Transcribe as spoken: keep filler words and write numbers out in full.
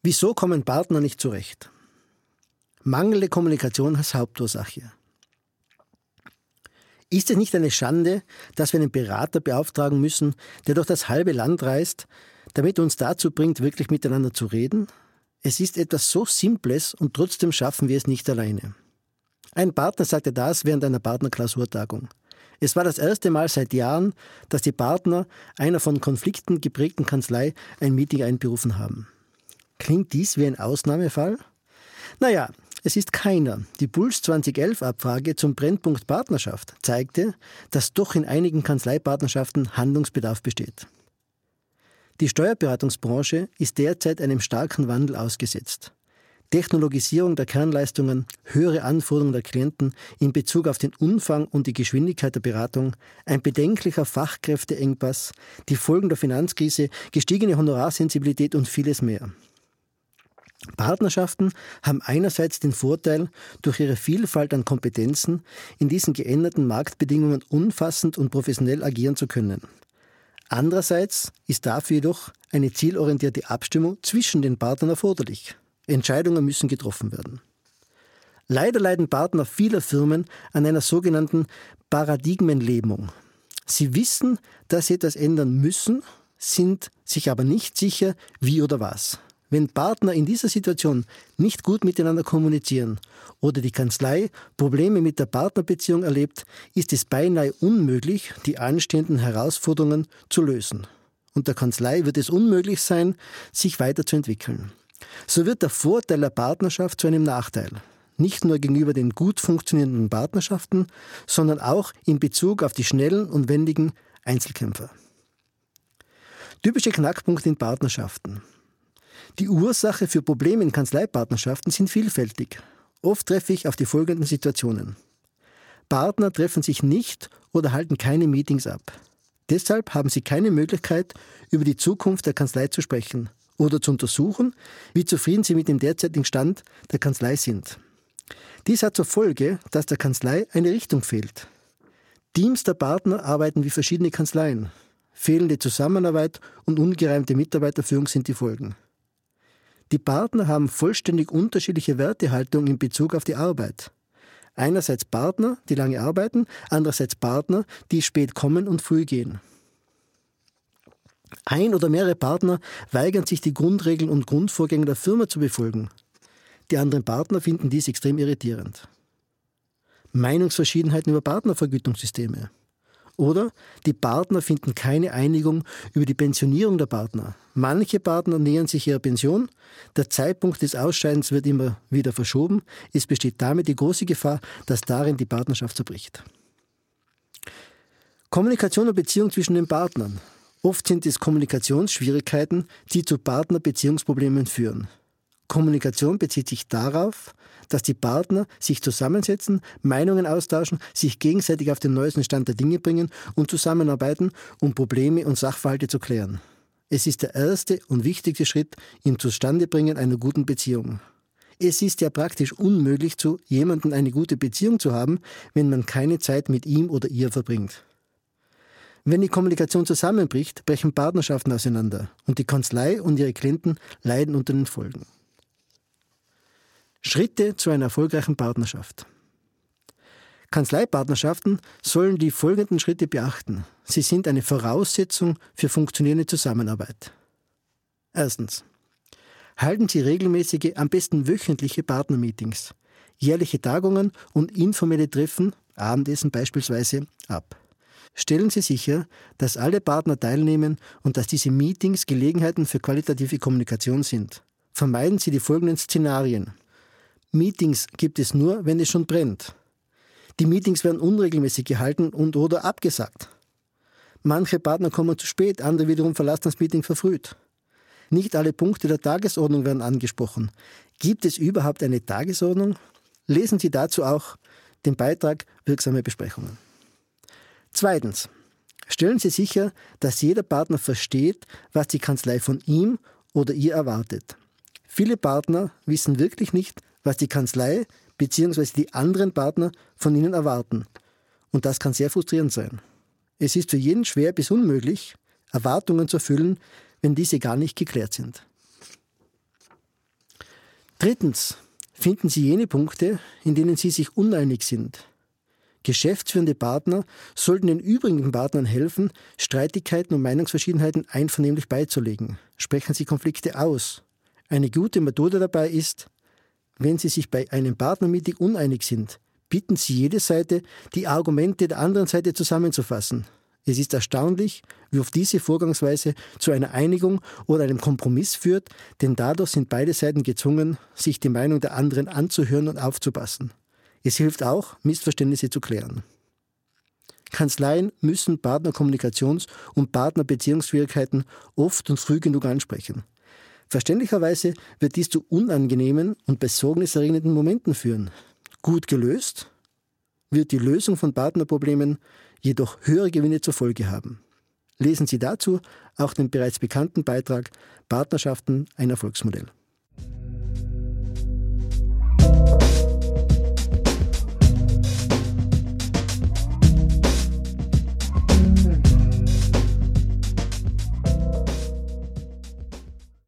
Wieso kommen Partner nicht zurecht? Mangelnde Kommunikation als Hauptursache. Ist es nicht eine Schande, dass wir einen Berater beauftragen müssen, der durch das halbe Land reist, damit er uns dazu bringt, wirklich miteinander zu reden? Es ist etwas so Simples und trotzdem schaffen wir es nicht alleine. Ein Partner sagte das während einer Partnerklausurtagung. Es war das erste Mal seit Jahren, dass die Partner einer von Konflikten geprägten Kanzlei ein Meeting einberufen haben. Klingt dies wie ein Ausnahmefall? Naja, es ist keiner. Die Puls zweitausendelf-Abfrage zum Brennpunkt Partnerschaft zeigte, dass doch in einigen Kanzleipartnerschaften Handlungsbedarf besteht. Die Steuerberatungsbranche ist derzeit einem starken Wandel ausgesetzt. Technologisierung der Kernleistungen, höhere Anforderungen der Klienten in Bezug auf den Umfang und die Geschwindigkeit der Beratung, ein bedenklicher Fachkräfteengpass, die Folgen der Finanzkrise, gestiegene Honorarsensibilität und vieles mehr. Partnerschaften haben einerseits den Vorteil, durch ihre Vielfalt an Kompetenzen in diesen geänderten Marktbedingungen umfassend und professionell agieren zu können. Andererseits ist dafür jedoch eine zielorientierte Abstimmung zwischen den Partnern erforderlich. Entscheidungen müssen getroffen werden. Leider leiden Partner vieler Firmen an einer sogenannten Paradigmenlähmung. Sie wissen, dass sie etwas ändern müssen, sind sich aber nicht sicher, wie oder was. Wenn Partner in dieser Situation nicht gut miteinander kommunizieren oder die Kanzlei Probleme mit der Partnerbeziehung erlebt, ist es beinahe unmöglich, die anstehenden Herausforderungen zu lösen. Und der Kanzlei wird es unmöglich sein, sich weiterzuentwickeln. So wird der Vorteil der Partnerschaft zu einem Nachteil. Nicht nur gegenüber den gut funktionierenden Partnerschaften, sondern auch in Bezug auf die schnellen und wendigen Einzelkämpfer. Typische Knackpunkte in Partnerschaften. Die Ursache für Probleme in Kanzleipartnerschaften sind vielfältig. Oft treffe ich auf die folgenden Situationen. Partner treffen sich nicht oder halten keine Meetings ab. Deshalb haben sie keine Möglichkeit, über die Zukunft der Kanzlei zu sprechen oder zu untersuchen, wie zufrieden sie mit dem derzeitigen Stand der Kanzlei sind. Dies hat zur Folge, dass der Kanzlei eine Richtung fehlt. Teams der Partner arbeiten wie verschiedene Kanzleien. Fehlende Zusammenarbeit und ungereimte Mitarbeiterführung sind die Folgen. Die Partner haben vollständig unterschiedliche Wertehaltungen in Bezug auf die Arbeit. Einerseits Partner, die lange arbeiten, andererseits Partner, die spät kommen und früh gehen. Ein oder mehrere Partner weigern sich, die Grundregeln und Grundvorgänge der Firma zu befolgen. Die anderen Partner finden dies extrem irritierend. Meinungsverschiedenheiten über Partnervergütungssysteme. Oder die Partner finden keine Einigung über die Pensionierung der Partner. Manche Partner nähern sich ihrer Pension, der Zeitpunkt des Ausscheidens wird immer wieder verschoben. Es besteht damit die große Gefahr, dass darin die Partnerschaft zerbricht. Kommunikation und Beziehung zwischen den Partnern. Oft sind es Kommunikationsschwierigkeiten, die zu Partnerbeziehungsproblemen führen. Kommunikation bezieht sich darauf, dass die Partner sich zusammensetzen, Meinungen austauschen, sich gegenseitig auf den neuesten Stand der Dinge bringen und zusammenarbeiten, um Probleme und Sachverhalte zu klären. Es ist der erste und wichtigste Schritt im Zustandebringen einer guten Beziehung. Es ist ja praktisch unmöglich, zu jemandem eine gute Beziehung zu haben, wenn man keine Zeit mit ihm oder ihr verbringt. Wenn die Kommunikation zusammenbricht, brechen Partnerschaften auseinander und die Kanzlei und ihre Klienten leiden unter den Folgen. Schritte zu einer erfolgreichen Partnerschaft. Kanzleipartnerschaften sollen die folgenden Schritte beachten. Sie sind eine Voraussetzung für funktionierende Zusammenarbeit. Erstens. Halten Sie regelmäßige, am besten wöchentliche Partnermeetings, jährliche Tagungen und informelle Treffen, Abendessen beispielsweise, ab. Stellen Sie sicher, dass alle Partner teilnehmen und dass diese Meetings Gelegenheiten für qualitative Kommunikation sind. Vermeiden Sie die folgenden Szenarien. Meetings gibt es nur, wenn es schon brennt. Die Meetings werden unregelmäßig gehalten und oder abgesagt. Manche Partner kommen zu spät, andere wiederum verlassen das Meeting verfrüht. Nicht alle Punkte der Tagesordnung werden angesprochen. Gibt es überhaupt eine Tagesordnung? Lesen Sie dazu auch den Beitrag Wirksame Besprechungen. Zweitens. Stellen Sie sicher, dass jeder Partner versteht, was die Kanzlei von ihm oder ihr erwartet. Viele Partner wissen wirklich nicht, was die Kanzlei bzw. die anderen Partner von ihnen erwarten. Und das kann sehr frustrierend sein. Es ist für jeden schwer bis unmöglich, Erwartungen zu erfüllen, wenn diese gar nicht geklärt sind. Drittens, finden Sie jene Punkte, in denen Sie sich uneinig sind. Geschäftsführende Partner sollten den übrigen Partnern helfen, Streitigkeiten und Meinungsverschiedenheiten einvernehmlich beizulegen. Sprechen Sie Konflikte aus. Eine gute Methode dabei ist, wenn Sie sich bei einem Partnermeeting uneinig sind, bitten Sie jede Seite, die Argumente der anderen Seite zusammenzufassen. Es ist erstaunlich, wie oft diese Vorgangsweise zu einer Einigung oder einem Kompromiss führt, denn dadurch sind beide Seiten gezwungen, sich die Meinung der anderen anzuhören und aufzupassen. Es hilft auch, Missverständnisse zu klären. Kanzleien müssen Partnerkommunikations- und Partnerbeziehungsschwierigkeiten oft und früh genug ansprechen. Verständlicherweise wird dies zu unangenehmen und besorgniserregenden Momenten führen. Gut gelöst wird die Lösung von Partnerproblemen jedoch höhere Gewinne zur Folge haben. Lesen Sie dazu auch den bereits bekannten Beitrag Partnerschaften ein Erfolgsmodell.